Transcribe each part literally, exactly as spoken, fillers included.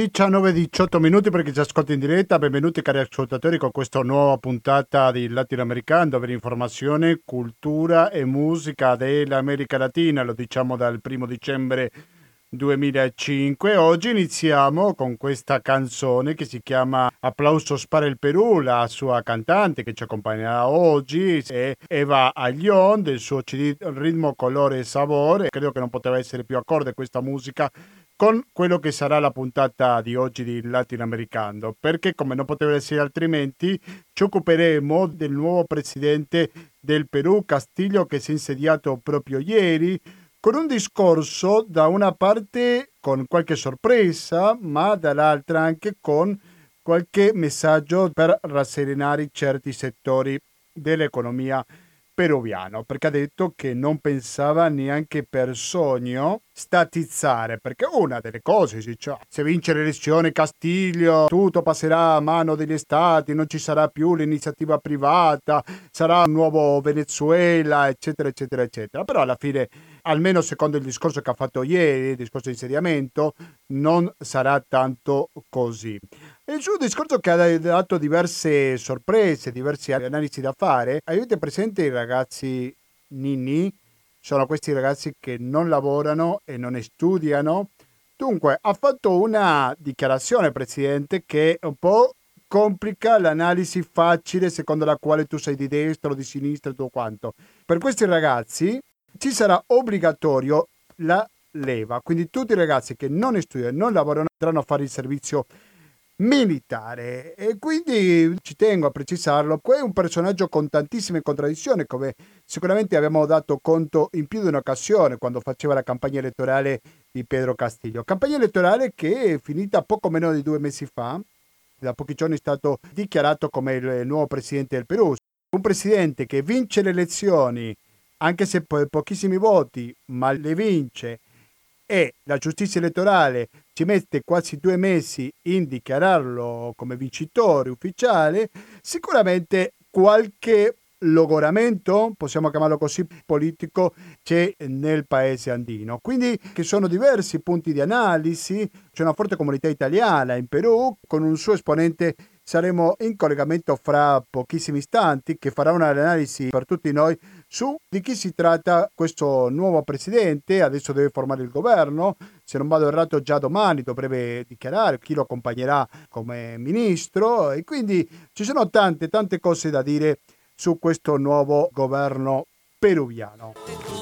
diciannove e diciotto minuti perché ci ascolti in diretta. Benvenuti cari ascoltatori con questa nuova puntata di Latinoamericano, dove informazione, cultura e musica dell'America Latina, lo diciamo dal primo dicembre duemilacinque. Oggi iniziamo con questa canzone che si chiama Aplausos para el Perú. La sua cantante che ci accompagnerà oggi è Eva Aglión, del suo C D Ritmo, Colore e Sabore. Credo che non poteva essere più accorde questa musica con quello che sarà la puntata di oggi di Latinoamericano, perché come non poteva essere altrimenti ci occuperemo del nuovo presidente del Perù, Castillo, che si è insediato proprio ieri, con un discorso da una parte con qualche sorpresa, ma dall'altra anche con qualche messaggio per rasserenare certi settori dell'economia peruviano, perché ha detto che non pensava neanche per sogno statizzare, perché una delle cose si dice, se vince l'elezione Castillo tutto passerà a mano degli stati, non ci sarà più l'iniziativa privata, sarà un nuovo Venezuela, eccetera eccetera eccetera. Però alla fine, almeno secondo il discorso che ha fatto ieri, il discorso di insediamento, non sarà tanto così. Il suo discorso, che ha dato diverse sorprese, diverse analisi da fare. Avete presente i ragazzi Nini? Sono questi ragazzi che non lavorano e non studiano. Dunque, ha fatto una dichiarazione, Presidente, che un po' complica l'analisi facile secondo la quale tu sei di destra o di sinistra e tutto quanto. Per questi ragazzi ci sarà obbligatorio la leva, quindi tutti i ragazzi che non studiano e non lavorano andranno a fare il servizio militare. E quindi ci tengo a precisarlo, è un personaggio con tantissime contraddizioni, come sicuramente abbiamo dato conto in più di un'occasione quando faceva la campagna elettorale di Pedro Castillo, campagna elettorale che è finita poco meno di due mesi fa. Da pochi giorni è stato dichiarato come il nuovo presidente del Perù, un presidente che vince le elezioni anche se per pochissimi voti, ma le vince, e la giustizia elettorale ci mette quasi due mesi in dichiararlo come vincitore ufficiale. Sicuramente qualche logoramento, possiamo chiamarlo così, politico c'è nel paese andino. Quindi ci sono diversi punti di analisi, c'è una forte comunità italiana in Perù, con un suo esponente saremo in collegamento fra pochissimi istanti, che farà un'analisi per tutti noi su di chi si tratta questo nuovo presidente. Adesso deve formare il governo, se non vado errato già domani dovrebbe dichiarare chi lo accompagnerà come ministro, e quindi ci sono tante tante cose da dire su questo nuovo governo peruviano.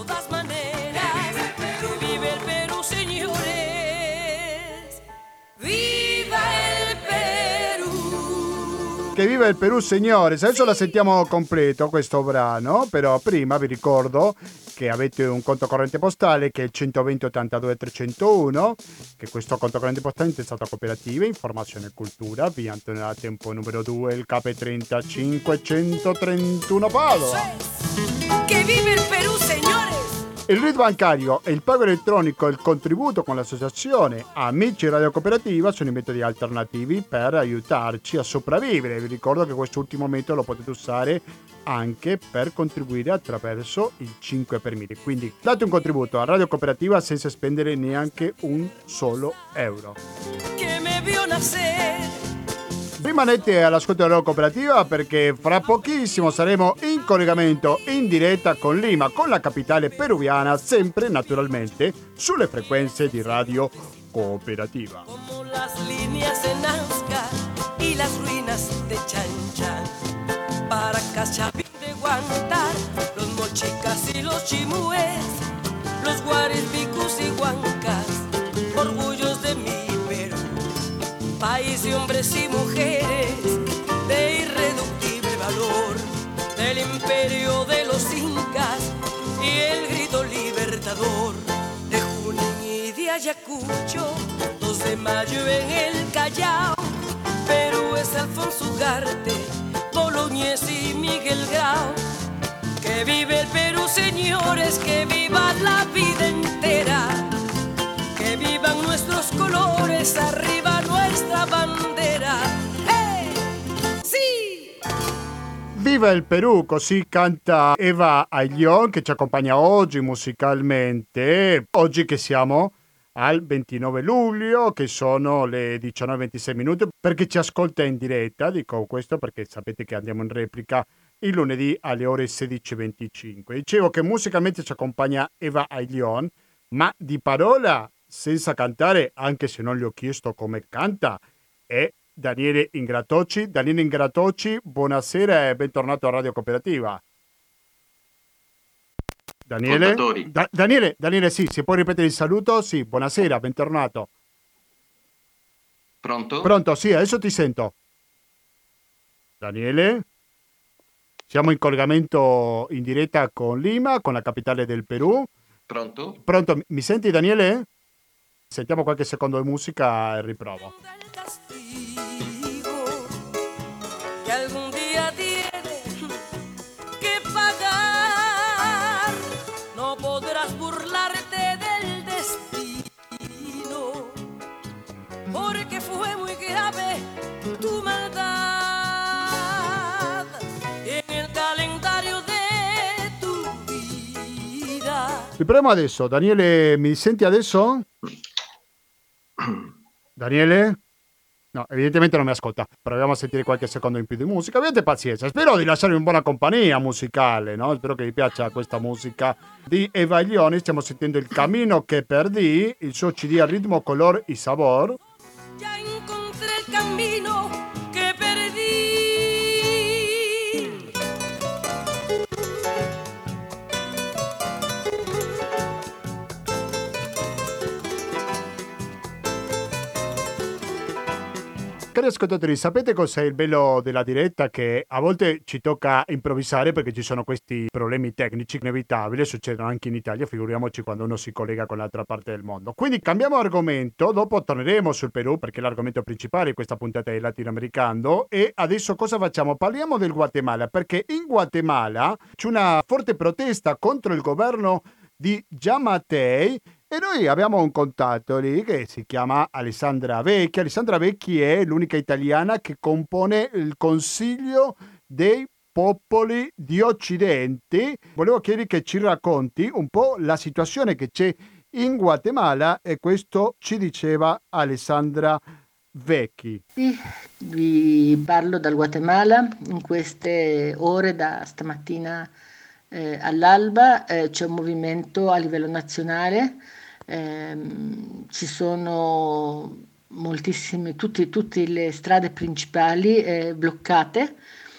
Che viva il Perù, signores! Adesso la sentiamo completo questo brano, però prima vi ricordo che avete un conto corrente postale che è il centoventi ottantadue trecentouno, che questo conto corrente postale è intestato a Cooperativa Informazione e Cultura, via Antonella Tempo numero due, il K trentacinque centotrentuno Padova. Che vive il Perù, signores! Il R I D bancario e il pago elettronico e il contributo con l'associazione Amici Radio Cooperativa sono i metodi alternativi per aiutarci a sopravvivere. Vi ricordo che quest'ultimo metodo lo potete usare anche per contribuire attraverso il cinque per mille. Quindi date un contributo a Radio Cooperativa senza spendere neanche un solo euro. Che me vio nacer. Rimanete all'ascolto della cooperativa, perché fra pochissimo saremo in collegamento in diretta con Lima, con la capitale peruviana, sempre naturalmente sulle frequenze di Radio Cooperativa. Como las líneas de Nazca y las ruinas de Chan Chan, Paracas, Chapín de Guantar, los mochicas y los chimúes, los guaribicus y huancas, orgullos de mi Perú, país de hombres y mujeres de irreductible valor, del imperio de los incas y el grito libertador, de Junín y de Ayacucho, dos de mayo en el Callao, Perú es Alfonso Ugarte, Boloñez y Miguel Grau. Que vive el Perú, señores, que viva la vida entera, que vivan nuestros colores, arriba nuestra bandera. ¡Hey! ¡Sí! Viva il Perù, così canta Eva Aglión, che ci accompagna oggi musicalmente. Oggi che siamo al ventinove luglio, che sono le diciannove e ventisei minuti, per chi ci ascolta in diretta. Dico questo perché sapete che andiamo in replica il lunedì alle ore sedici e venticinque. Dicevo che musicalmente ci accompagna Eva Ailion, ma di parola, senza cantare, anche se non gli ho chiesto come canta, è Daniele Ingratocci. Daniele Ingratocci, buonasera e bentornato a Radio Cooperativa. Daniele? Da- Daniele, Daniele, sì, si può ripetere il saluto? Sì, buonasera, bentornato. Pronto? Pronto, sì, adesso ti sento. Daniele? Siamo in collegamento in diretta con Lima, con la capitale del Perù. Pronto? Pronto, mi senti Daniele? Sentiamo qualche secondo di musica e riprovo. Que algún día tiene que pagar, no podrás burlarte del destino, porque fue muy grave tu maldad en el calendario de tu vida. Riproviamo adesso. Daniele, mi senti adesso? Daniele? No, evidentemente non mi ascolta. Proviamo a sentire qualche secondo in più di musica. Abbiate pazienza. Spero di lasciarvi in buona compagnia musicale, no? Spero che vi piaccia questa musica di Eva Ailion. Stiamo sentendo Il Camino che perdí, il suo C D a ritmo, color y sabor. Ya encontré el camino que perdí. Cari ascoltatori, sapete cos'è il bello della diretta? Che a volte ci tocca improvvisare perché ci sono questi problemi tecnici inevitabili, succedono anche in Italia, figuriamoci quando uno si collega con l'altra parte del mondo. Quindi cambiamo argomento, dopo torneremo sul Perù perché l'argomento principale di questa puntata è latinoamericano. E adesso cosa facciamo? Parliamo del Guatemala, perché in Guatemala c'è una forte protesta contro il governo di Giammattei. E noi abbiamo un contatto lì che si chiama Alessandra Vecchi. Alessandra Vecchi è l'unica italiana che compone il Consiglio dei Popoli di Occidente. Volevo chiedere che ci racconti un po' la situazione che c'è in Guatemala, e questo ci diceva Alessandra Vecchi. Sì, vi parlo dal Guatemala. In queste ore, da stamattina eh, all'alba, eh, c'è un movimento a livello nazionale. Ehm, ci sono moltissime, tutti- tutte le strade principali eh, bloccate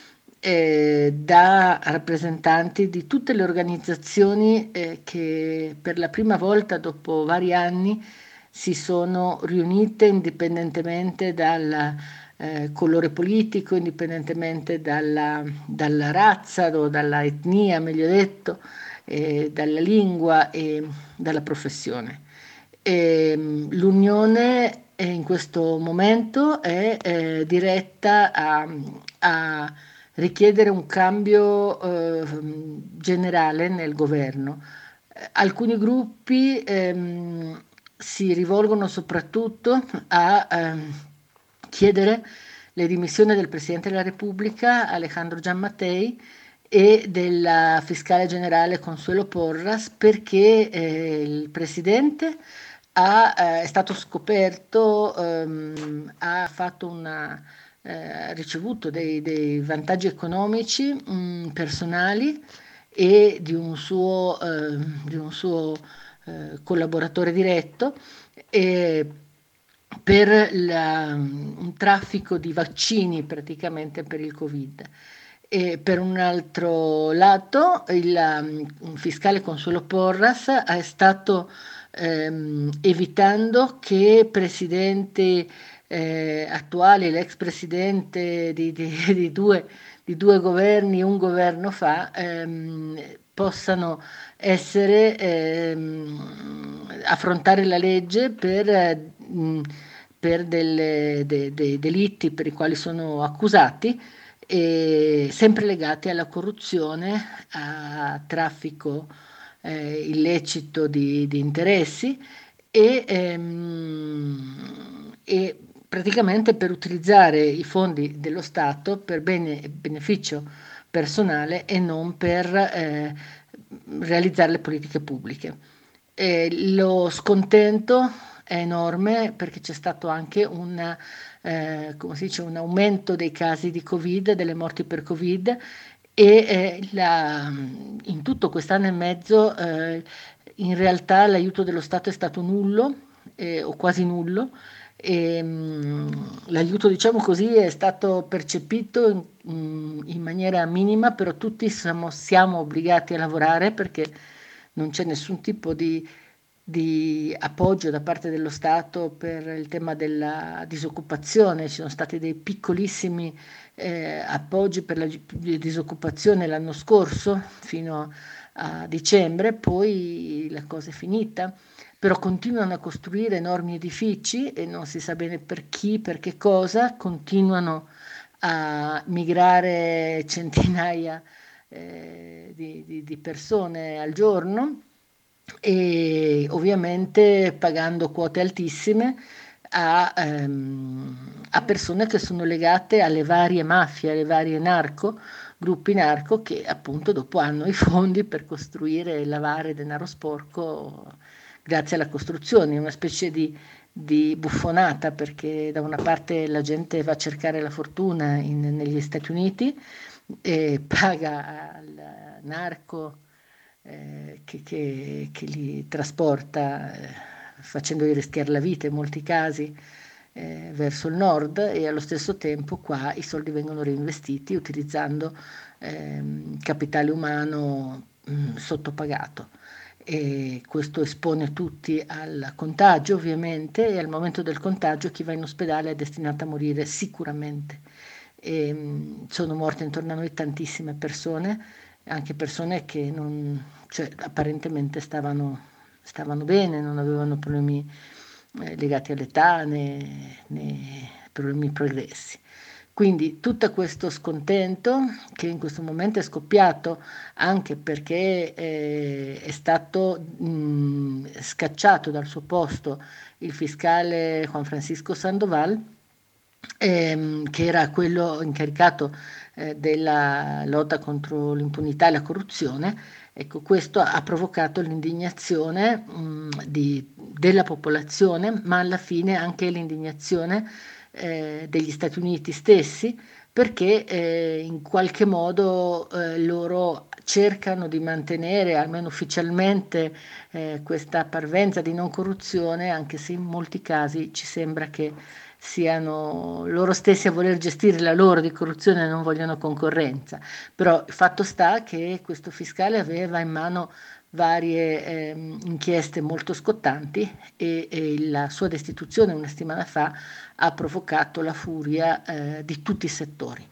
eh, da rappresentanti di tutte le organizzazioni eh, che per la prima volta dopo vari anni si sono riunite indipendentemente dal eh, colore politico, indipendentemente dalla, dalla razza o dalla etnia, meglio detto, eh, dalla lingua e dalla professione. E, mh, l'unione eh, in questo momento è eh, diretta a, a richiedere un cambio eh, generale nel governo. Eh, Alcuni gruppi ehm, si rivolgono soprattutto a ehm, chiedere le dimissioni del Presidente della Repubblica Alejandro Giammattei e della fiscale generale Consuelo Porras, perché eh, il Presidente ha, eh, è stato scoperto, ehm, ha fatto una, eh, ricevuto dei, dei vantaggi economici mh, personali e di un suo, eh, di un suo eh, collaboratore diretto e per la- un traffico di vaccini praticamente per il Covid. E per un altro lato, il um, fiscale Consuelo Porras è stato ehm, evitando che presidenti eh, attuali, l'ex presidente di, di- di due, di due governi, un governo fa, ehm, possano essere ehm, affrontare la legge per, eh, mh, per delle- de- dei delitti per i quali sono accusati, e sempre legati alla corruzione, a traffico eh, illecito di, di interessi e, ehm, e praticamente per utilizzare i fondi dello Stato per bene, beneficio personale e non per eh, realizzare le politiche pubbliche. Eh, lo scontento è enorme perché c'è stato anche un, eh, come si dice, un aumento dei casi di Covid, delle morti per Covid e eh, la- in tutto quest'anno e mezzo eh, in realtà l'aiuto dello Stato è stato nullo eh, o quasi nullo. E, mh, l'aiuto, diciamo così, è stato percepito in, mh, in maniera minima, però tutti siamo, siamo obbligati a lavorare perché non c'è nessun tipo di, di appoggio da parte dello Stato per il tema della disoccupazione. Ci sono stati dei piccolissimi eh, appoggi per la gi- disoccupazione l'anno scorso, fino a dicembre, poi la cosa è finita. Però continuano a costruire enormi edifici e non si sa bene per chi, per che cosa, continuano a migrare centinaia eh, di, di- di persone al giorno e ovviamente pagando quote altissime a, ehm, a persone che sono legate alle varie mafie, alle varie narco, gruppi narco che appunto dopo hanno i fondi per costruire e lavare denaro sporco grazie alla costruzione, una specie di, di buffonata perché da una parte la gente va a cercare la fortuna in- negli Stati Uniti e paga al narco eh, che, che- che li trasporta, eh, facendogli rischiare la vita in molti casi eh, verso il nord e allo stesso tempo qua i soldi vengono reinvestiti utilizzando ehm, capitale umano mh, sottopagato. E questo espone tutti al contagio ovviamente e al momento del contagio chi va in ospedale è destinato a morire sicuramente. E, mh, sono morte intorno a noi tantissime persone, anche persone che non, cioè, apparentemente stavano, stavano bene, non avevano problemi eh, legati all'età né, né problemi progressi. Quindi tutto questo scontento che in questo momento è scoppiato anche perché eh, è stato mh, scacciato dal suo posto il fiscale Juan Francisco Sandoval, ehm, che era quello incaricato eh, della lotta contro l'impunità e la corruzione. Ecco, questo ha provocato l'indignazione mh, di- della popolazione, ma alla fine anche l'indignazione eh, degli Stati Uniti stessi, perché eh, in qualche modo eh, loro cercano di mantenere, almeno ufficialmente, eh, questa parvenza di non corruzione, anche se in molti casi ci sembra che siano loro stessi a voler gestire la loro di corruzione e non vogliono concorrenza. Però il fatto sta che questo fiscale aveva in mano varie ehm, inchieste molto scottanti e, e la sua destituzione una settimana fa ha provocato la furia eh, di tutti i settori.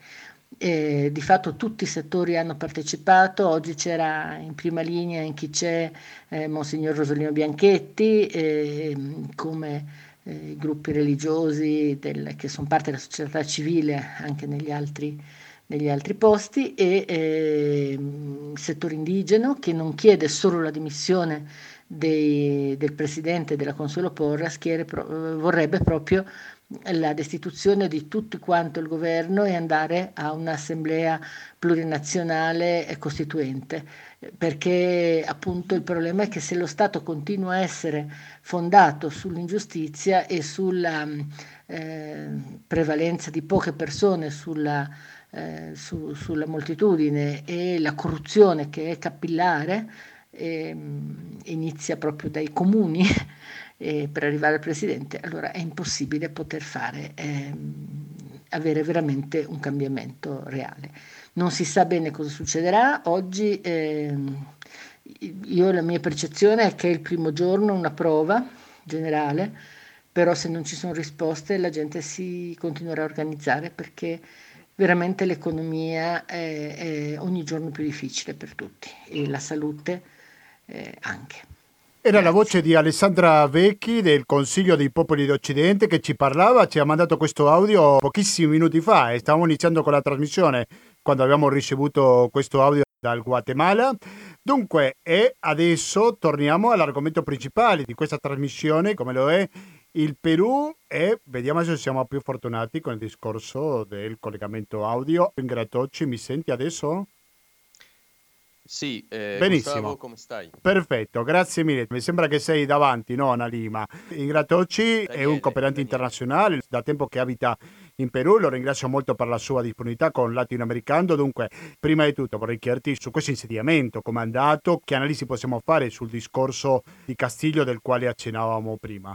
E di fatto tutti i settori hanno partecipato, oggi c'era in prima linea in chi c'è eh, Monsignor Rosolino Bianchetti, eh, come eh, i gruppi religiosi del- che sono parte della società civile anche negli altri, negli altri posti e eh, il settore indigeno che non chiede solo la dimissione dei- del presidente della Consuelo Porras, chiede pro- vorrebbe proprio la destituzione di tutto quanto il governo e andare a un'assemblea plurinazionale e costituente, perché appunto il problema è che se lo Stato continua a essere fondato sull'ingiustizia e sulla eh, prevalenza di poche persone sulla, eh, su- sulla moltitudine e la corruzione che è capillare, ehm, inizia proprio dai comuni eh, per arrivare al presidente, allora è impossibile poter fare, ehm, avere veramente un cambiamento reale. Non si sa bene cosa succederà. Oggi ehm, io la mia percezione è che è il primo giorno una prova generale, però se non ci sono risposte la gente si continuerà a organizzare perché veramente l'economia è, è ogni giorno più difficile per tutti e la salute eh, anche. Era la Grazie. voce di Alessandra Vecchi del Consiglio dei Popoli d'Occidente che ci parlava, ci ha mandato questo audio pochissimi minuti fa e stavamo iniziando con la trasmissione quando abbiamo ricevuto questo audio dal Guatemala. Dunque, e adesso torniamo all'argomento principale di questa trasmissione, come lo è il Perù, e vediamo se siamo più fortunati con il discorso del collegamento audio. Ingratocci, mi senti adesso? Sì, eh, Gustavo, Benissimo. come stai? Perfetto, grazie mille. Mi sembra che sei davanti, no, a Lima. Ingratocci è un Daniele, cooperante Daniele. internazionale, da tempo che abita in Perù, lo ringrazio molto per la sua disponibilità con latinoamericano. Dunque, prima di tutto vorrei chiederti su questo insediamento, come è andato, che analisi possiamo fare sul discorso di Castiglio del quale accennavamo prima.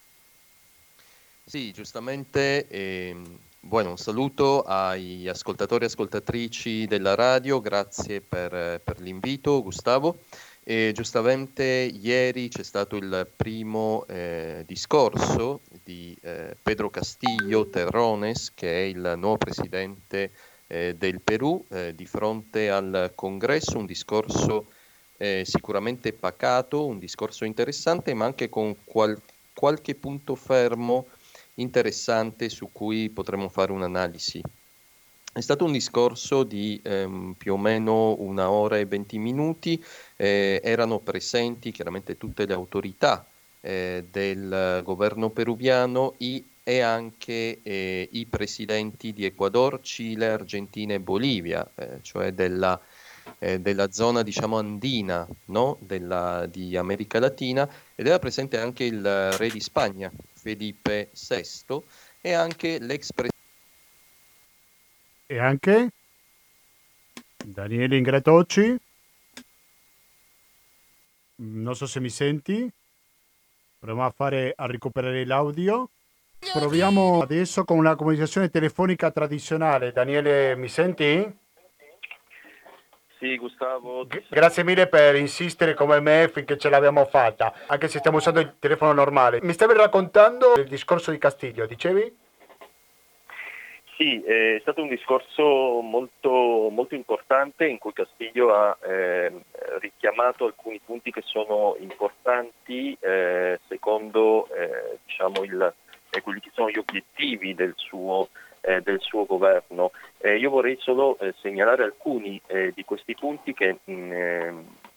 Sì, giustamente, ehm, bueno, un saluto agli ascoltatori e ascoltatrici della radio, grazie per, per l'invito, Gustavo. E giustamente ieri c'è stato il primo eh, discorso di eh, Pedro Castillo Terrones, che è il nuovo presidente eh, del Perù, eh, di fronte al Congresso, un discorso eh, sicuramente pacato, un discorso interessante, ma anche con qual- qualche punto fermo interessante su cui potremmo fare un'analisi. È stato un discorso di ehm, più o meno una ora e venti minuti, eh, erano presenti chiaramente tutte le autorità eh, del governo peruviano i- e anche eh, i presidenti di Ecuador, Cile, Argentina e Bolivia, eh, cioè della, eh, della zona diciamo andina, no? Della- di America Latina, ed era presente anche il re di Spagna, Felipe sesto, e anche l'ex presidente. E anche Daniele Ingratocci, non so se mi senti, proviamo a fare a recuperare l'audio. Proviamo adesso con una comunicazione telefonica tradizionale. Daniele, mi senti? Sì, Gustavo, ti G- sento. grazie mille per insistere come me finché ce l'abbiamo fatta, anche se stiamo usando il telefono normale. Mi stavi raccontando il discorso di Castiglio, dicevi? Sì, è stato un discorso molto, molto importante in cui Castiglio ha eh, richiamato alcuni punti che sono importanti eh, secondo eh, diciamo il, eh, quelli che sono gli obiettivi del suo, eh, del suo governo. Eh, io vorrei solo eh, segnalare alcuni eh, di questi punti che mh, eh,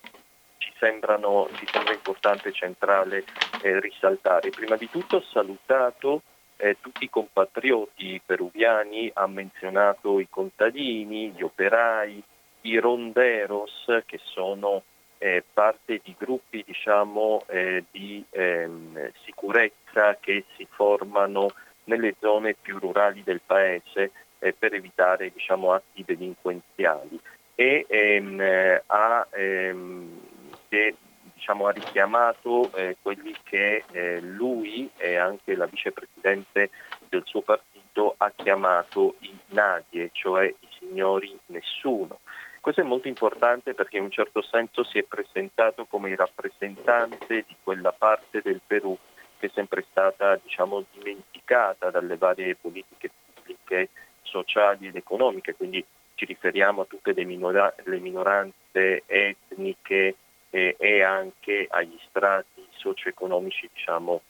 ci sembrano, ci sembra importante e centrale eh, risaltare. Prima di tutto ho salutato eh, tutti i compatrioti peruviani, ha menzionato i contadini, gli operai, i ronderos, che sono eh, parte di gruppi diciamo, eh, di ehm, sicurezza che si formano nelle zone più rurali del paese eh, per evitare diciamo, atti delinquenziali. E ehm, eh, ha, ehm, che, diciamo, ha richiamato eh, quelli che eh, lui e anche la vicepresidente del suo partito ha chiamato i nadie, cioè i signori nessuno. Questo è molto importante perché in un certo senso si è presentato come il rappresentante di quella parte del Perù che è sempre stata diciamo, dimenticata dalle varie politiche pubbliche, sociali ed economiche, quindi ci riferiamo a tutte le, minora- le minoranze etniche eh, e anche agli strati socio-economici diciamo,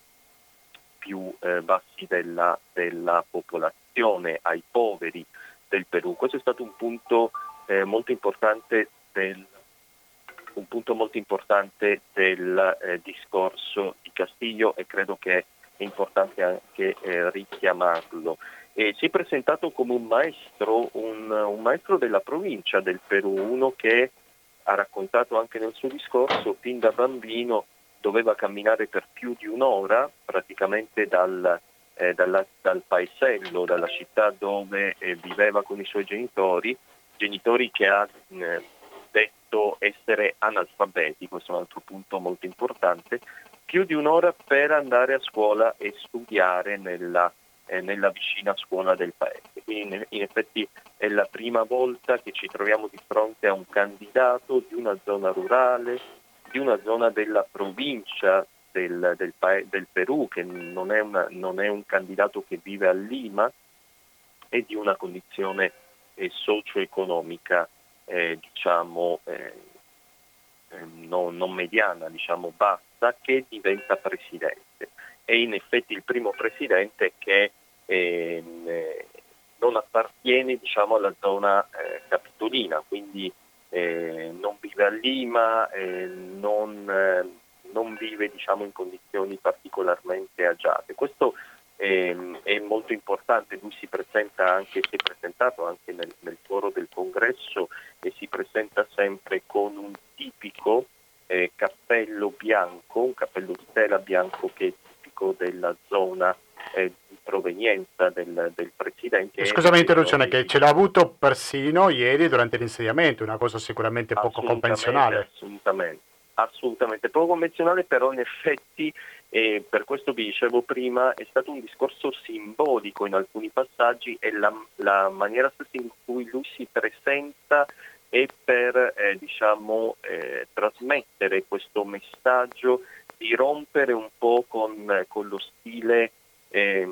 più eh, bassi della, della popolazione, ai poveri del Perù. Questo è stato un punto eh, molto importante del, un punto molto importante del eh, discorso di Castiglio e credo che è importante anche eh, richiamarlo. E si è presentato come un maestro, un, un maestro della provincia del Perù, uno che ha raccontato anche nel suo discorso, fin da bambino doveva camminare per più di un'ora, praticamente dal, eh, dalla, dal paesello, dalla città dove eh, viveva con i suoi genitori, genitori che ha eh, detto essere analfabeti, questo è un altro punto molto importante, più di un'ora per andare a scuola e studiare nella eh, nella vicina scuola del paese. Quindi in, in effetti è la prima volta che ci troviamo di fronte a un candidato di una zona rurale, di una zona della provincia del, del, del Perù, che non è, una, non è un candidato che vive a Lima, e di una condizione eh, socio-economica eh, diciamo eh, eh, non, non mediana, diciamo bassa, che diventa presidente. È in effetti il primo presidente che ehm, eh, non appartiene diciamo, alla zona eh, capitolina, quindi eh, non vive a Lima, eh, non, eh, non vive diciamo, in condizioni particolarmente agiate. Questo ehm, è molto importante. Lui si presenta anche, si è presentato anche nel, nel foro del congresso e si presenta sempre con un tipico eh, cappello bianco, un cappello di tela bianco che è tipico della zona eh, di provenienza del, del presidente. Scusami l'interruzione, che Di... ce l'ha avuto persino ieri durante l'insediamento, una cosa sicuramente poco convenzionale. Assolutamente, assolutamente poco convenzionale, però in effetti, eh, per questo vi dicevo prima, è stato un discorso simbolico in alcuni passaggi e la, la maniera stessa in cui lui si presenta è per eh, diciamo eh, trasmettere questo messaggio di rompere un po' con, con lo stile eh,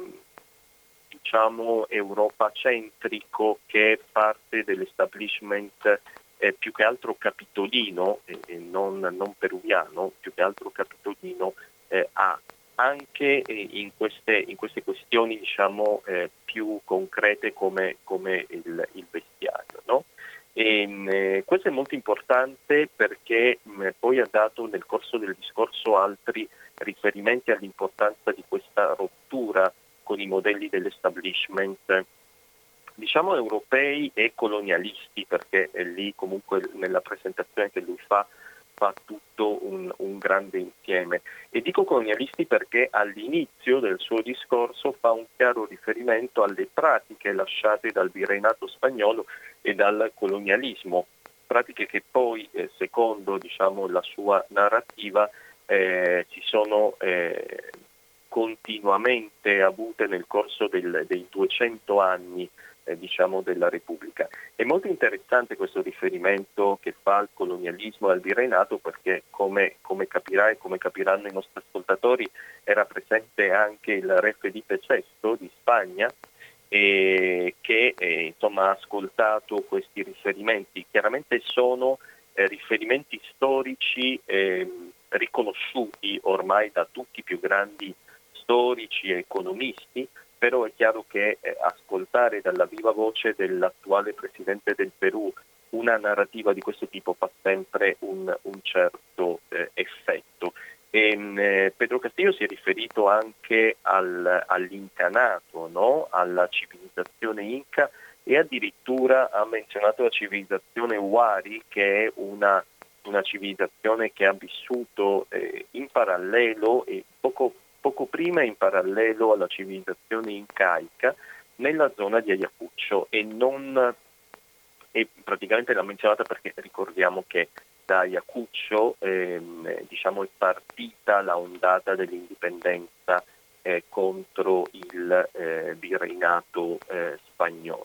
diciamo europacentrico che è parte dell'establishment eh, più che altro capitolino e eh, non, non peruviano, più che altro capitolino eh, ha anche eh, in, queste, in queste questioni diciamo eh, più concrete come, come il, il vestiario, no? E, eh, questo è molto importante perché mh, poi ha dato nel corso del discorso altri riferimenti all'importanza di questa rottura con i modelli dell'establishment, diciamo europei e colonialisti, perché è lì comunque nella presentazione che lui fa fa tutto un, un grande insieme. E dico colonialisti perché all'inizio del suo discorso fa un chiaro riferimento alle pratiche lasciate dal virreinato spagnolo e dal colonialismo, pratiche che poi, eh, secondo diciamo, la sua narrativa, eh, si sono eh, continuamente avute nel corso del, dei duecento anni eh, diciamo della Repubblica. È molto interessante questo riferimento che fa al colonialismo e al virreinato perché come, come capirai, come capiranno i nostri ascoltatori, era presente anche il re Felipe sesto di Spagna e che eh, insomma ha ascoltato questi riferimenti. Chiaramente sono eh, riferimenti storici eh, riconosciuti ormai da tutti i più grandi storici e economisti, però è chiaro che eh, ascoltare dalla viva voce dell'attuale presidente del Perù una narrativa di questo tipo fa sempre un, un certo eh, effetto. E, eh, Pedro Castillo si è riferito anche al, all'incanato, no? Alla civilizzazione Inca e addirittura ha menzionato la civilizzazione Wari, che è una, una civilizzazione che ha vissuto eh, in parallelo e poco poco prima in parallelo alla civilizzazione incaica nella zona di Ayacucho e non e praticamente l'ha menzionata perché ricordiamo che da Ayacucho ehm, diciamo è partita la ondata dell'indipendenza eh, contro il eh, virreinato eh, spagnolo.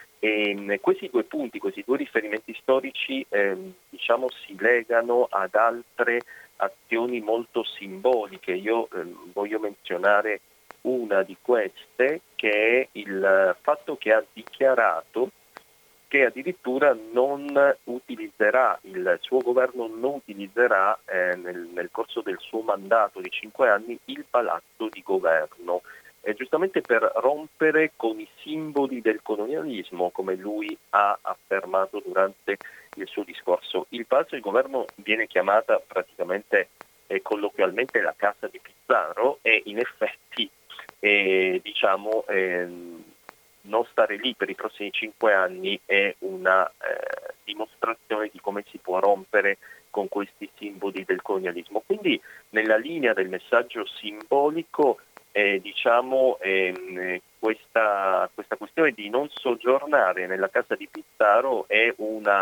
E mh, questi due punti, questi due riferimenti storici ehm, diciamo si legano ad altre azioni molto simboliche. Io eh, voglio menzionare una di queste, che è il fatto che ha dichiarato che addirittura non utilizzerà, il suo governo non utilizzerà eh, nel, nel corso del suo mandato di cinque anni il palazzo di governo, eh, giustamente per rompere con i simboli del colonialismo, come lui ha affermato durante il suo discorso. Il palazzo di governo viene chiamata praticamente eh, colloquialmente la casa di Pizarro e in effetti eh, diciamo eh, non stare lì per i prossimi cinque anni è una eh, dimostrazione di come si può rompere con questi simboli del colonialismo. Quindi nella linea del messaggio simbolico eh, diciamo ehm, questa, questa questione di non soggiornare nella casa di Pizarro è una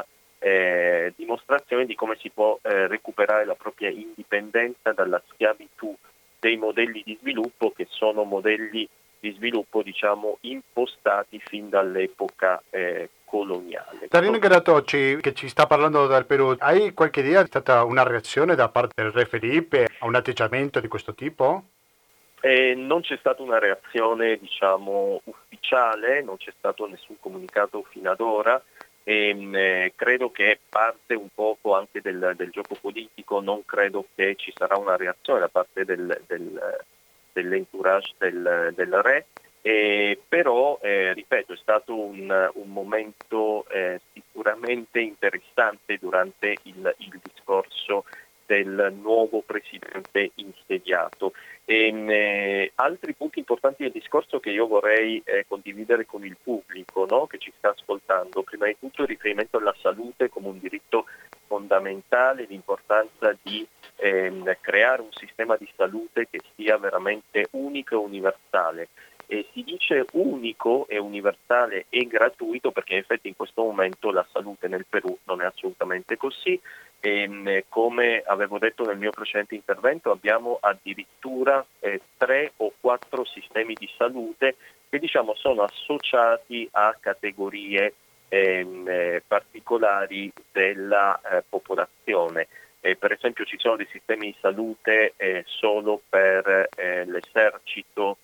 Eh, dimostrazione di come si può eh, recuperare la propria indipendenza dalla schiavitù dei modelli di sviluppo che sono modelli di sviluppo diciamo impostati fin dall'epoca eh, coloniale. Tarino Gratocci, che ci sta parlando dal Perù, hai qualche idea? È stata una reazione da parte del re Felipe a un atteggiamento di questo tipo? Eh, non c'è stata una reazione diciamo ufficiale, non c'è stato nessun comunicato fino ad ora. E, eh, credo che parte un poco anche del, del gioco politico, non credo che ci sarà una reazione da parte del, del, dell'entourage del, del re, eh, però eh, ripeto è stato un, un momento eh, sicuramente interessante durante il, il discorso del nuovo presidente insediato. E, eh, altri punti importanti del discorso che io vorrei eh, condividere con il pubblico, no, che ci sta ascoltando. Prima di tutto il riferimento alla salute come un diritto fondamentale, l'importanza di ehm, creare un sistema di salute che sia veramente unico e universale. E si dice unico e universale e gratuito perché in effetti in questo momento la salute nel Perù non è assolutamente così. E, come avevo detto nel mio precedente intervento, abbiamo addirittura eh, tre o quattro sistemi di salute che diciamo sono associati a categorie ehm, eh, particolari della eh, popolazione. Eh, per esempio ci sono dei sistemi di salute eh, solo per eh, l'esercito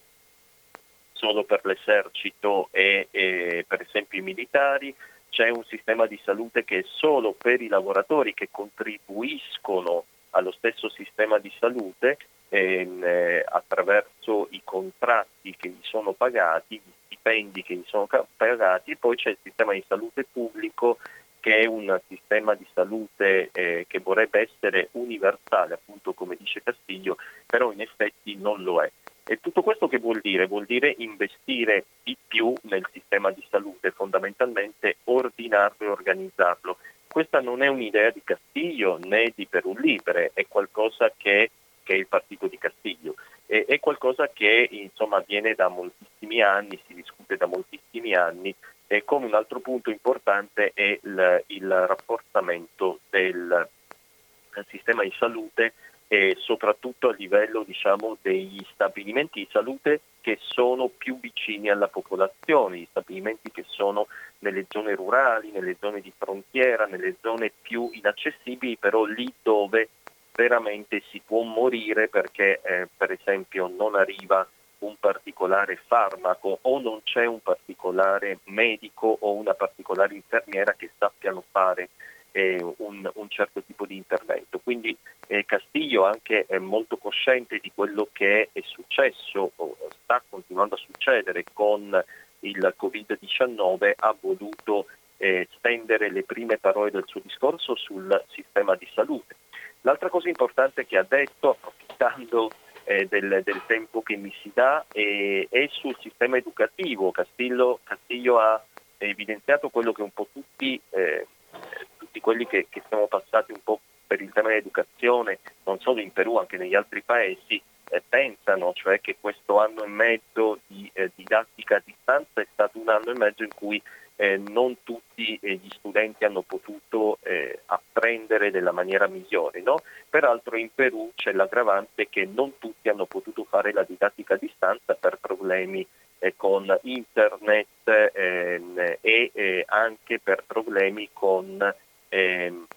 solo per l'esercito e, e per esempio i militari. C'è un sistema di salute che è solo per i lavoratori che contribuiscono allo stesso sistema di salute ehm, eh, attraverso i contratti che gli sono pagati, gli stipendi che gli sono ca- pagati, e poi c'è il sistema di salute pubblico che è un sistema di salute eh, che vorrebbe essere universale, appunto come dice Castiglio, però in effetti non lo è. E tutto questo che vuol dire? Vuol dire investire di più nel sistema di salute, fondamentalmente ordinarlo e organizzarlo. Questa non è un'idea di Castiglio né di Perù Libre, è qualcosa che, che è il partito di Castiglio. E, è qualcosa che insomma avviene da moltissimi anni, si discute da moltissimi anni, e come un altro punto importante è il, il rafforzamento del, del sistema di salute e soprattutto a livello diciamo degli stabilimenti di salute che sono più vicini alla popolazione, gli stabilimenti che sono nelle zone rurali, nelle zone di frontiera, nelle zone più inaccessibili, però lì dove veramente si può morire perché eh, per esempio non arriva un particolare farmaco o non c'è un particolare medico o una particolare infermiera che sappiano fare eh, un, un certo tipo di intervento. Quindi eh, Castiglio anche è molto cosciente di quello che è successo o sta continuando a succedere con il covid diciannove, ha voluto eh, stendere le prime parole del suo discorso sul sistema di salute. L'altra cosa importante che ha detto, approfittando eh, del, del tempo che mi si dà, eh, è sul sistema educativo. Castiglio, Castiglio ha evidenziato quello che un po' tutti, eh, tutti quelli che, che siamo passati un po' per il tema dell'educazione, non solo in Perù, anche negli altri paesi, eh, pensano, cioè che questo anno e mezzo di eh, didattica a distanza è stato un anno e mezzo in cui Eh, non tutti eh, gli studenti hanno potuto eh, apprendere della maniera migliore, no? Peraltro in Perù c'è l'aggravante che non tutti hanno potuto fare la didattica a distanza per problemi eh, con internet ehm, e eh, anche per problemi con ehm,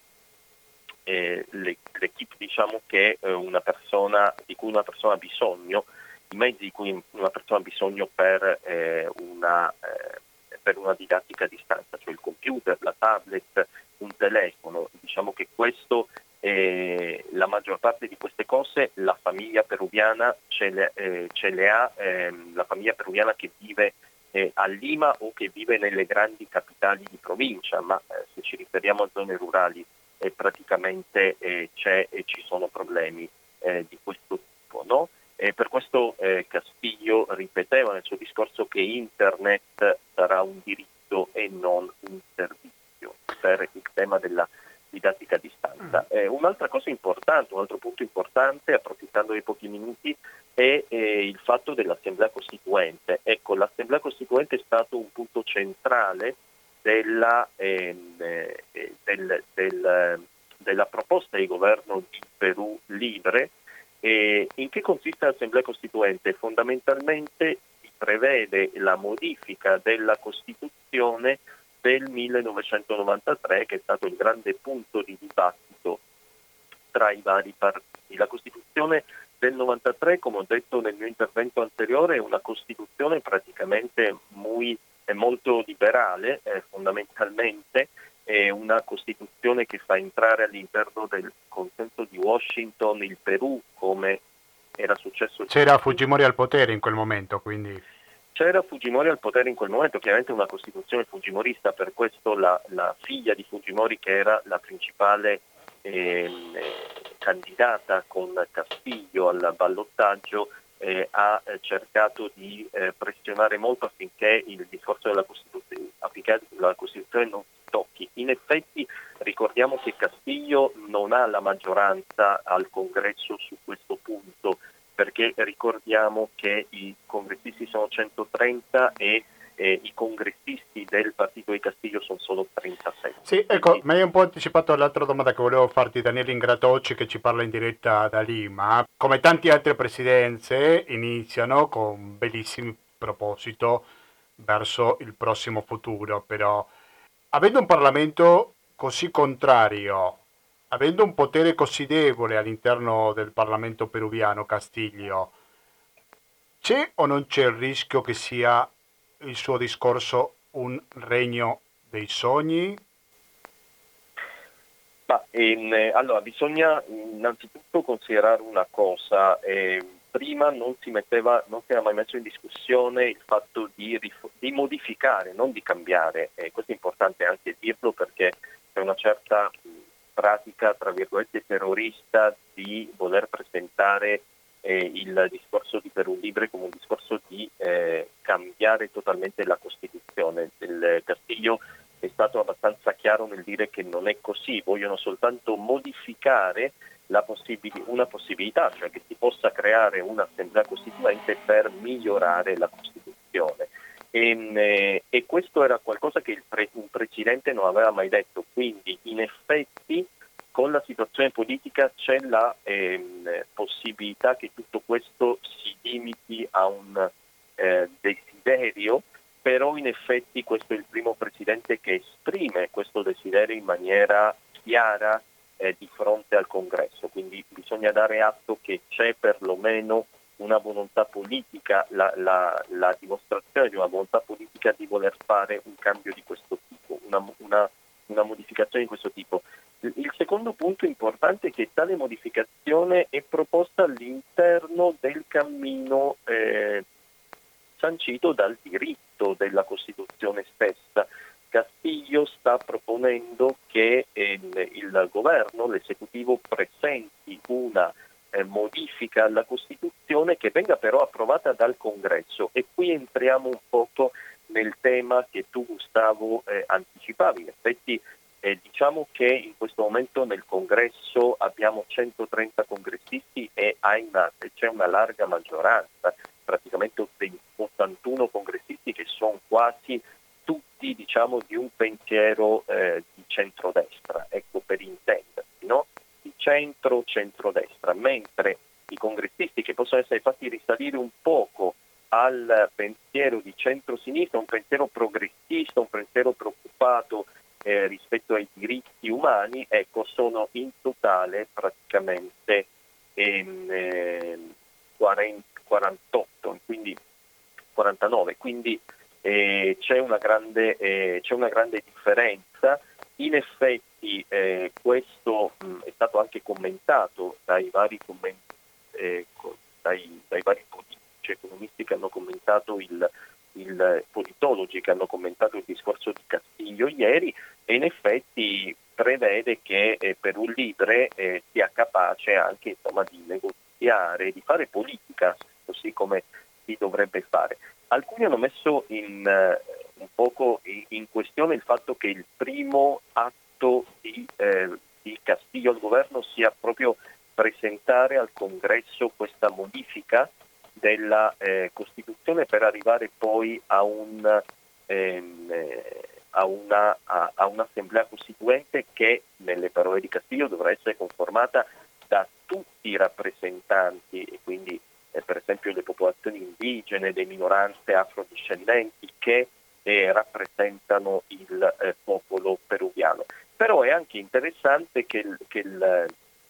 eh, le, l'equipe diciamo che eh, una persona di cui una persona ha bisogno, i mezzi di cui una persona ha bisogno per eh, una eh, per una didattica a distanza, cioè il computer, la tablet, un telefono. Diciamo che questo, eh, la maggior parte di queste cose la famiglia peruviana ce le, eh, ce le ha, ehm, la famiglia peruviana che vive eh, a Lima o che vive nelle grandi capitali di provincia, ma eh, se ci riferiamo a zone rurali eh, praticamente eh, c'è e ci sono problemi eh, di questo tipo, no? E per questo eh, Castiglio ripeteva nel suo discorso che internet sarà un diritto e non un servizio per il tema della didattica a distanza. Eh, un'altra cosa importante, un altro punto importante, approfittando dei pochi minuti, è eh, il fatto dell'Assemblea Costituente. Ecco, l'Assemblea Costituente è stato un punto centrale della, ehm, eh, del, del, della proposta di governo di Perù Libre. E in che consiste l'Assemblea Costituente? Fondamentalmente si prevede la modifica della Costituzione del millenovecentonovantatré, che è stato il grande punto di dibattito tra i vari partiti. La Costituzione del novantatré, come ho detto nel mio intervento anteriore, è una Costituzione praticamente muy, è molto liberale, eh, fondamentalmente, è una Costituzione che fa entrare all'interno del consenso di Washington il Perù, come era successo. C'era Fujimori al potere in quel momento, quindi... C'era Fujimori al potere in quel momento, chiaramente una Costituzione fujimorista, per questo la, la figlia di Fujimori, che era la principale ehm, candidata con Castiglio al ballottaggio, eh, ha cercato di eh, pressionare molto affinché il discorso della Costituzione, affinché la Costituzione non si tocchi. In effetti ricordiamo che Castiglio non ha la maggioranza al Congresso su questo punto, perché ricordiamo che i congressisti sono centotrenta e eh, i congressisti del partito di Castiglio sono solo trentasette. Sì, ecco, mi hai un po' anticipato all'altra domanda che volevo farti, Daniele Ingratocci, che ci parla in diretta da Lima. Come tante altre presidenze, iniziano con bellissimi propositi verso il prossimo futuro, però avendo un Parlamento così contrario, avendo un potere così debole all'interno del Parlamento peruviano, Castiglio, c'è o non c'è il rischio che sia il suo discorso un regno dei sogni? Ma, ehm, allora, bisogna innanzitutto considerare una cosa. Eh, prima non si metteva, non si era mai messo in discussione il fatto di, rif- di modificare, non di cambiare. Eh, questo è importante anche dirlo, perché c'è una certa pratica, tra virgolette, terrorista di voler presentare eh, il discorso di Perù Libre come un discorso di eh, cambiare totalmente la Costituzione. Il Castiglio è stato abbastanza chiaro nel dire che non è così, vogliono soltanto modificare la possibili- una possibilità, cioè che si possa creare un'assemblea costituente per migliorare la Costituzione. E, eh, e questo era qualcosa che il pre- un Presidente non aveva mai detto, quindi in effetti con la situazione politica c'è la ehm, possibilità che tutto questo si limiti a un eh, desiderio, però in effetti questo è il primo Presidente che esprime questo desiderio in maniera chiara eh, di fronte al Congresso, quindi bisogna dare atto che c'è perlomeno una volontà politica, la, la, la dimostrazione di una volontà politica di voler fare un cambio di questo tipo, una, una, una modificazione di questo tipo. Il secondo punto importante è che tale modificazione è proposta all'interno del cammino eh, sancito dal diritto della Costituzione stessa. Castiglio sta proponendo che eh, il governo, l'esecutivo, presenti una eh, modifica alla Costituzione che venga però approvata dal Congresso, e qui entriamo un poco nel tema che tu, Gustavo, eh, anticipavi. In effetti eh, diciamo che in questo momento nel Congresso abbiamo centotrenta congressisti e una, c'è una larga maggioranza, praticamente ottantuno congressisti che sono quasi tutti, diciamo, di un pensiero eh, di centrodestra, ecco, per intendersi, no? Di centro-centrodestra, mentre i congressisti che possono essere fatti risalire un poco al pensiero di centrosinistra, un pensiero progressista, un pensiero preoccupato eh, rispetto ai diritti umani, ecco, sono in totale praticamente ehm, eh, quaranta, quarantotto, quindi quarantanove, quindi eh, c'è una grande eh, c'è una grande differenza. In effetti eh, questo mh, è stato anche commentato dai vari commenti, eh, dai, dai vari politici, economisti che hanno commentato il, il politologi che hanno commentato il discorso di Castiglio ieri, e in effetti prevede che eh, Perù Libre eh, sia capace anche, insomma, di negoziare, di fare politica, così come si dovrebbe fare. Alcuni hanno messo in, uh, un poco in, in questione il fatto che il primo atto di, eh, di Castiglio al governo sia proprio presentare al Congresso questa modifica della eh, Costituzione per arrivare poi a, un, ehm, eh, a, una, a, a un'assemblea costituente che, nelle parole di Castiglio, dovrà essere conformata da tutti i rappresentanti, e quindi eh, per esempio le popolazioni indigene, le minoranze afrodiscendenti che eh, rappresentano il eh, popolo peruviano. Però è anche interessante che, il, che il,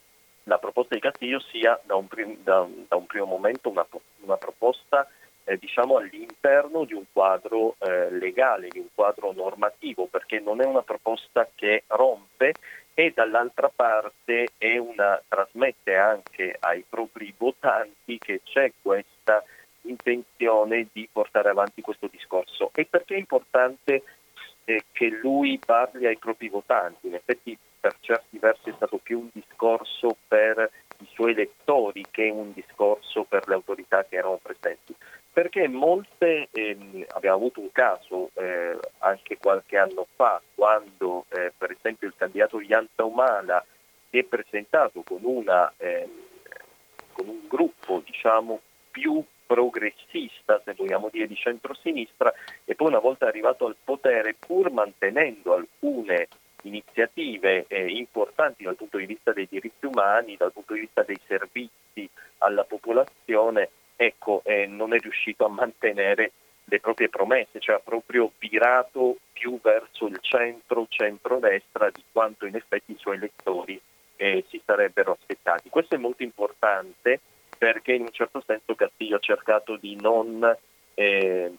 la proposta di Castiglio sia da un, prim, da, da un primo momento una, una proposta eh, diciamo all'interno di un quadro eh, legale, di un quadro normativo, perché non è una proposta che rompe, e dall'altra parte è una, trasmette anche ai propri votanti che c'è questa intenzione di portare avanti questo discorso. E perché è importante eh, che lui parli ai propri votanti? In effetti per certi versi è stato più un discorso per i suoi lettori che un discorso per le autorità che erano presenti. Perché molte, ehm, abbiamo avuto un caso eh, anche qualche anno fa, quando eh, per esempio il candidato Jan Taumala si è presentato con, una, eh, con un gruppo diciamo più progressista, se vogliamo dire di centrosinistra, e poi una volta arrivato al potere, pur mantenendo alcune iniziative eh, importanti dal punto di vista dei diritti umani, dal punto di vista dei servizi alla popolazione, ecco, eh, non è riuscito a mantenere le proprie promesse, cioè ha proprio virato più verso il centro, centrodestra di quanto in effetti i suoi elettori eh, si sarebbero aspettati. Questo è molto importante perché in un certo senso Castillo ha cercato di non eh,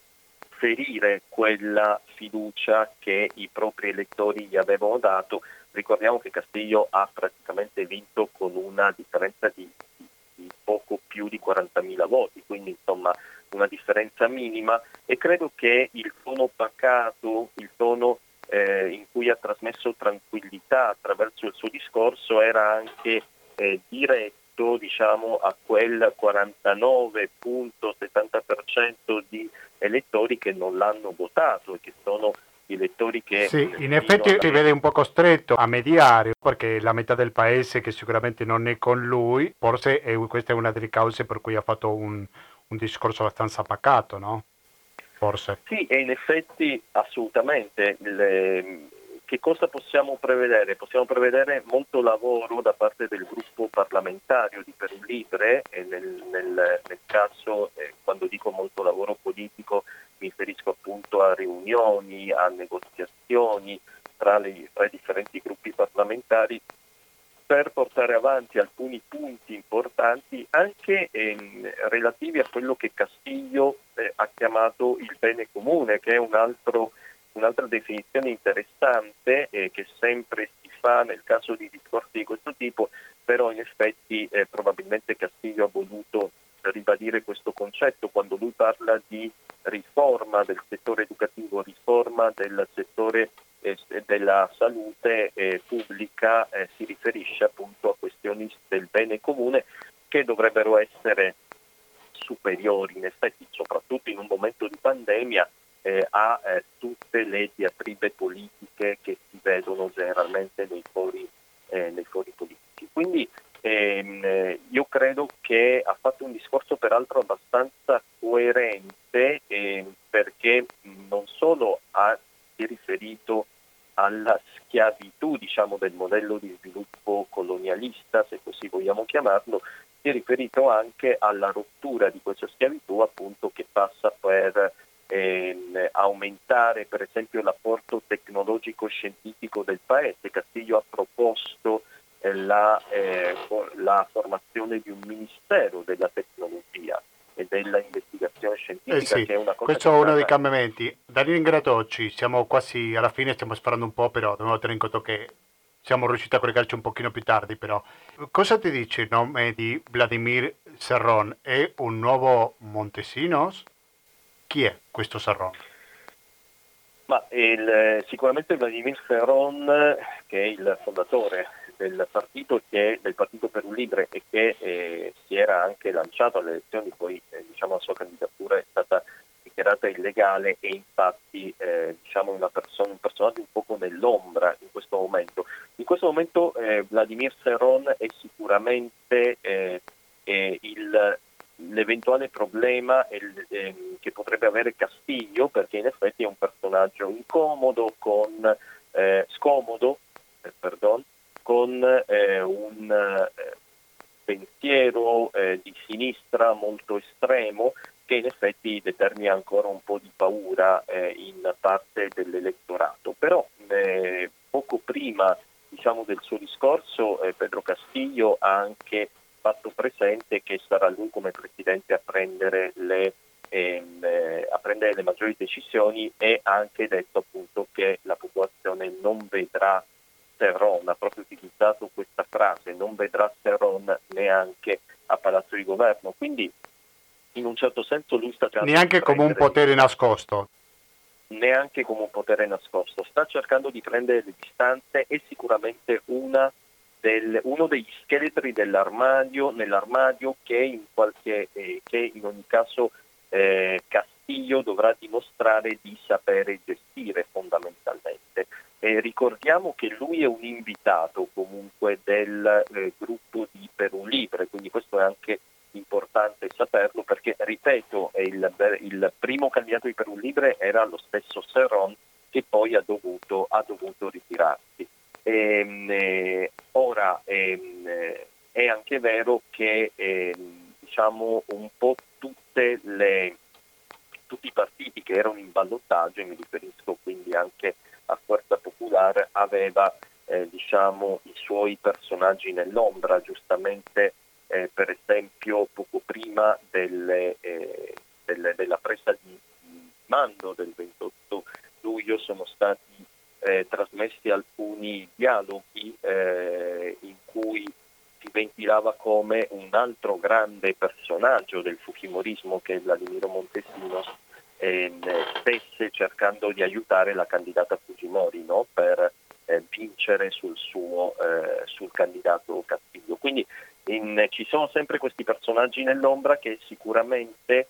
ferire quella fiducia che i propri elettori gli avevano dato. Ricordiamo che Castillo ha praticamente vinto con una differenza di poco più di quarantamila voti, quindi insomma una differenza minima, e credo che il tono pacato, il tono eh, in cui ha trasmesso tranquillità attraverso il suo discorso era anche eh, diretto diciamo a quel quarantanove virgola settanta per cento di elettori che non l'hanno votato e che sono i elettori che... Sì, in effetti si vede un po' costretto a mediare, perché la metà del paese che sicuramente non è con lui, forse è, questa è una delle cause per cui ha fatto un, un discorso abbastanza pacato, no? Forse. Sì, e in effetti assolutamente. Le, che cosa possiamo prevedere? Possiamo prevedere molto lavoro da parte del gruppo parlamentario di Perù Libre, e nel, nel, nel caso, eh, quando dico molto lavoro politico, mi riferisco appunto a riunioni, a negoziazioni tra, le, tra i differenti gruppi parlamentari per portare avanti alcuni punti importanti anche ehm, relativi a quello che Castillo eh, ha chiamato il bene comune, che è un altro, un'altra definizione interessante eh, che sempre si fa nel caso di discorsi di questo tipo, però in effetti eh, probabilmente Castillo ha voluto ribadire questo concetto quando lui parla di riforma del settore educativo, riforma del settore eh, della salute eh, pubblica, eh, si riferisce appunto a questioni del bene comune che dovrebbero essere superiori, in effetti, soprattutto in un momento di pandemia, eh, a eh, tutte le diatribe politiche che si vedono generalmente nei fori, eh, nei fori politici. Quindi ehm, io credo che ha fatto un discorso peraltro abbastanza coerente, eh, perché non solo ha si è riferito alla schiavitù, diciamo, del modello di sviluppo colonialista, se così vogliamo chiamarlo, si è riferito anche alla rottura di questa schiavitù, appunto, che passa per ehm, aumentare per esempio l'apporto tecnologico scientifico del paese. Castillo ha proposto eh, la, eh, la formazione di un ministero della tecnologia e della investigazione scientifica, Eh sì, che è una cosa questo che è è uno dei stata... cambiamenti. Da lì in oggi siamo quasi alla fine, stiamo sparando un po', però dobbiamo tenere in conto che siamo riusciti a collegarci un pochino più tardi, però. Cosa ti dice il nome di Vladimir Serrón? È un nuovo Montesinos? Chi è questo Serrón? Ma il, sicuramente Vladimir Serrón, che è il fondatore del partito, che è del Partito Perù Libre e che eh, si era anche lanciato alle elezioni, poi eh, diciamo, la sua candidatura è stata dichiarata illegale, e infatti eh, diciamo una persona, un personaggio un poco nell'ombra in questo momento. In questo momento eh, Vladimir Serrón è sicuramente eh, eh, il l'eventuale problema il, eh, che potrebbe avere Castillo, perché in effetti è un personaggio incomodo, con eh, scomodo, eh, perdon, con eh, un eh, pensiero eh, di sinistra molto estremo, che in effetti determina ancora un po' di paura eh, in parte dell'elettorato. Però eh, poco prima, diciamo, del suo discorso eh, Pedro Castillo ha anche fatto presente che sarà lui come presidente a prendere le, ehm, eh, a prendere le maggiori decisioni, e ha anche detto appunto che la popolazione non vedrà Serrón, ha proprio utilizzato questa frase, non vedrà Serrón neanche a Palazzo di Governo. Quindi in un certo senso lui sta cercando neanche di come un prendere... potere nascosto. neanche come un potere nascosto, sta cercando di prendere le distanze, è sicuramente una del, uno degli scheletri dell'armadio, nell'armadio che in, qualche, eh, che in ogni caso eh, Castillo dovrà dimostrare di sapere gestire fondamentalmente. Eh, ricordiamo che lui è un invitato comunque del eh, gruppo di Perú Libre, quindi questo è anche importante saperlo, perché ripeto, il, il primo candidato di Perú Libre era lo stesso Cerrón, che poi ha dovuto, ha dovuto ritirarsi. E, eh, ora ehm, è anche vero che ehm, diciamo un po' tutte le, tutti i partiti che erano in ballottaggio, e mi riferisco quindi anche a Forza Popolare, aveva eh, diciamo i suoi personaggi nell'ombra. Giustamente eh, per esempio poco prima delle, eh, delle, della presa di mando del ventotto luglio sono stati eh, trasmessi alcuni dialoghi eh, in cui si ventilava come un altro grande personaggio del fujimorismo, che è Vladimiro Montesinos, eh, stesse cercando di aiutare la candidata Fujimori, no? per eh, vincere sul suo eh, sul candidato Castillo. Quindi in, ci sono sempre questi personaggi nell'ombra che sicuramente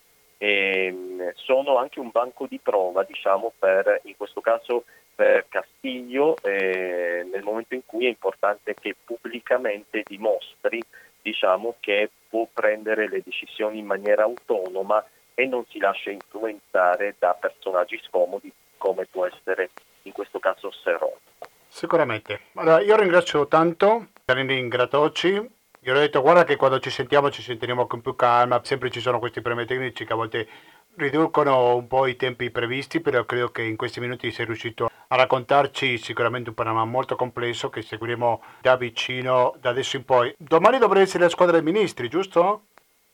eh, sono anche un banco di prova, diciamo, per in questo caso per Castillo, eh, nel momento in cui è importante che pubblicamente dimostri, diciamo, che può prendere le decisioni in maniera autonoma e non si lascia influenzare da personaggi scomodi come può essere in questo caso Cerrón. Sicuramente. Allora, io ringrazio tanto Danilo Gratocci. Io ho detto, guarda che quando ci sentiamo ci sentiremo con più calma, sempre ci sono questi problemi tecnici che a volte riducono un po' i tempi previsti, però credo che in questi minuti sei riuscito a raccontarci sicuramente un panorama molto complesso che seguiremo da vicino da adesso in poi. Domani dovrebbe essere la squadra dei ministri, giusto?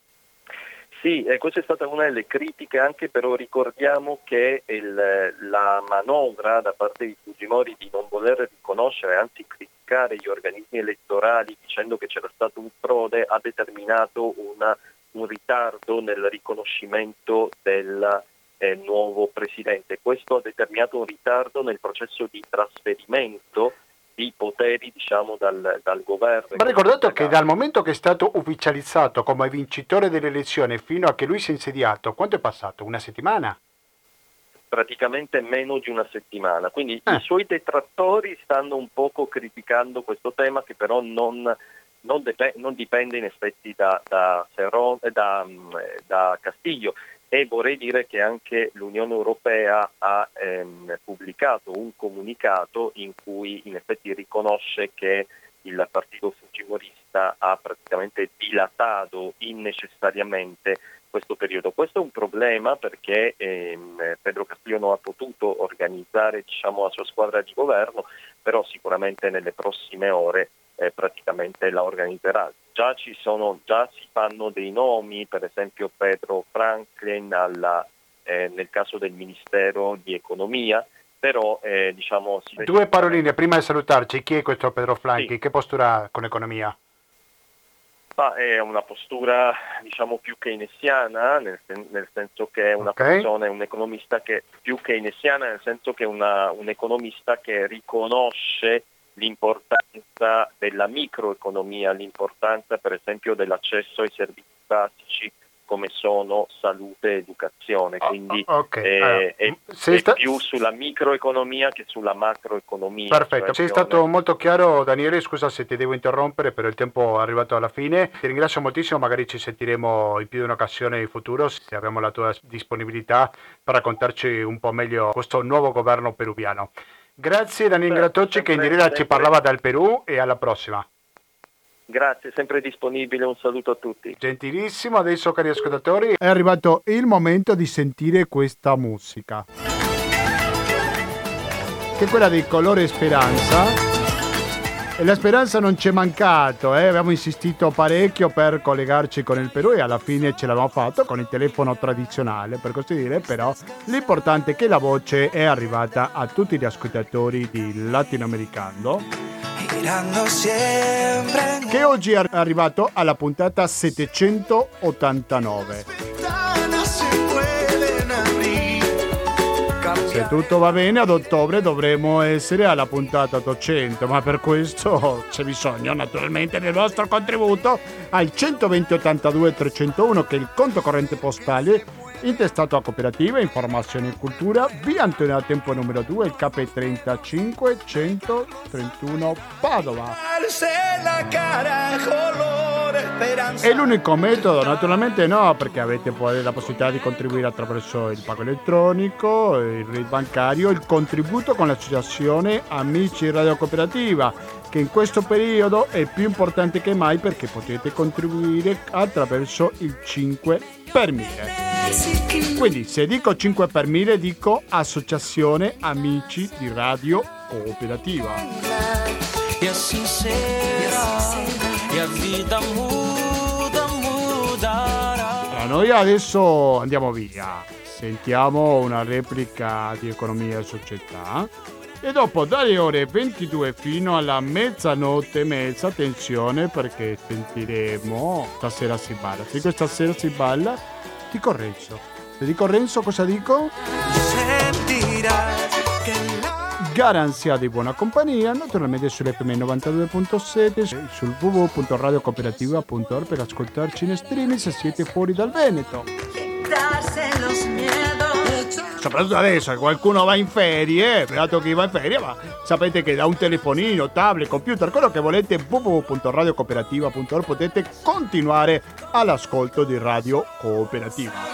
Sì, eh, questa è stata una delle critiche, anche però ricordiamo che il, la manovra da parte di Fujimori di non voler riconoscere, anzi criticare gli organismi elettorali dicendo che c'era stato un frode, ha determinato una, un ritardo nel riconoscimento del eh, nuovo presidente. Questo ha determinato un ritardo nel processo di trasferimento di poteri, diciamo, dal, dal governo. Ma ricordate che dal momento che è stato ufficializzato come vincitore delle elezioni fino a che lui si è insediato, quanto è passato? Una settimana? Praticamente meno di una settimana. Quindi eh. i suoi detrattori stanno un poco criticando questo tema, che però non, non, dep- non dipende in effetti da, da, Cerrón, da, da Castillo. E vorrei dire che anche l'Unione Europea ha ehm, pubblicato un comunicato in cui in effetti riconosce che il partito fujimorista ha praticamente dilatato innecessariamente questo periodo. Questo è un problema perché ehm, Pedro Castillo non ha potuto organizzare, diciamo, la sua squadra di governo, però sicuramente nelle prossime ore eh, praticamente la organizzerà. Già ci sono, già si fanno dei nomi, per esempio Pedro Franklin alla, eh, nel caso del Ministero di Economia, però eh, diciamo... Si Due paroline prima di salutarci, chi è questo Pedro Franklin? Sì. Che postura ha con l'economia? Ma è una postura, diciamo, più keynesiana, nel, sen- nel senso che è una okay. persona, è un economista che più keynesiana, nel senso che è una, un economista che riconosce l'importanza della microeconomia, l'importanza per esempio dell'accesso ai servizi basici come sono salute e educazione, quindi oh, okay. è, allora, è, è sta... più sulla microeconomia che sulla macroeconomia. Perfetto, cioè sei stato molto chiaro Daniele, scusa se ti devo interrompere, però il tempo è arrivato alla fine. Ti ringrazio moltissimo, magari ci sentiremo in più di un'occasione in futuro se abbiamo la tua disponibilità per raccontarci un po' meglio questo nuovo governo peruviano. Grazie Danilo Gratocci che in diretta ci parlava dal Perù e alla prossima. Grazie, sempre disponibile, un saluto a tutti. Gentilissimo, adesso cari ascoltatori è arrivato il momento di sentire questa musica, che è quella di Colore Speranza. E la speranza non ci è mancato, eh? Abbiamo insistito parecchio per collegarci con il Perù e alla fine ce l'abbiamo fatto con il telefono tradizionale, per così dire, però l'importante è che la voce è arrivata a tutti gli ascoltatori di Latinoamericano, che oggi è arrivato alla puntata settecentottantanove. Se tutto va bene, ad ottobre dovremo essere alla puntata ottocento, ma per questo c'è bisogno naturalmente del vostro contributo al centoventi ottantadue trecentouno, che è il conto corrente postale intestato a Cooperativa Informazione e Cultura, via Antonio Tempo numero due, il K trentacinque centotrentuno Padova. È l'unico metodo? Naturalmente no, perché avete poi la possibilità di contribuire attraverso il pago elettronico, il R I D bancario, il contributo con l'associazione Amici Radio Cooperativa, che in questo periodo è più importante che mai perché potete contribuire attraverso il cinque per mille. Quindi se dico cinque per mille dico Associazione Amici di Radio Cooperativa. E assim será, e a vida muda, mudará. Allora, noi adesso andiamo via, sentiamo una replica di Economia e Società e dopo dalle ore ventidue fino alla mezzanotte e mezza, attenzione perché sentiremo Stasera si balla. Se questa sera si balla, dico Renzo. Se dico Renzo cosa dico? Garanzia di buona compagnia, naturalmente sull'F M novantadue virgola sette, sul w w w punto radio cooperativa punto org per ascoltarci in streaming se siete fuori dal Veneto. Soprattutto adesso che qualcuno va in ferie, dato che va in ferie, ma sapete che da un telefonino, tablet, computer, quello che volete, w w w punto radio cooperativa punto org, potete continuare all'ascolto di Radio Cooperativa.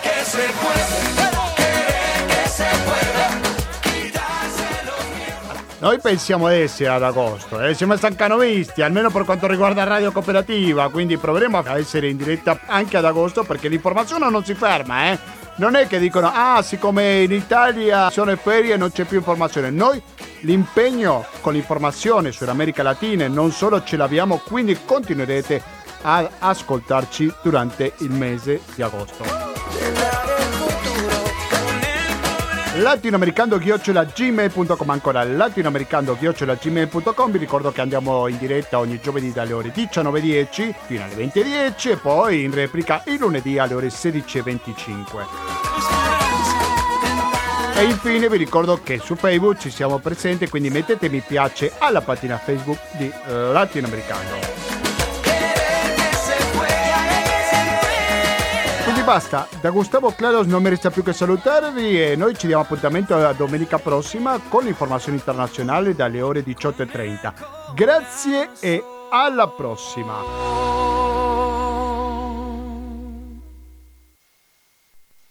Noi pensiamo di essere ad agosto, eh? siamo stancanovisti, almeno per quanto riguarda Radio Cooperativa, quindi proveremo a essere in diretta anche ad agosto perché l'informazione non si ferma, eh? Non è che dicono, ah, siccome in Italia sono le ferie e non c'è più informazione. Noi l'impegno con l'informazione sull'America Latina e non solo ce l'abbiamo, quindi continuerete ad ascoltarci durante il mese di agosto. latinoamericano chiocciola gmail punto com, ancora latinoamericano chiocciola gmail punto com. Vi ricordo che andiamo in diretta ogni giovedì dalle ore diciannove e dieci fino alle venti e dieci e poi in replica il lunedì alle ore sedici e venticinque. E infine vi ricordo che su Facebook ci siamo presenti, quindi mettete mi piace alla pagina Facebook di uh, Latinoamericano. Quindi basta, da Gustavo Claros non mi resta più che salutarvi e noi ci diamo appuntamento a domenica prossima con l'informazione internazionale dalle ore diciotto e trenta. Grazie e alla prossima!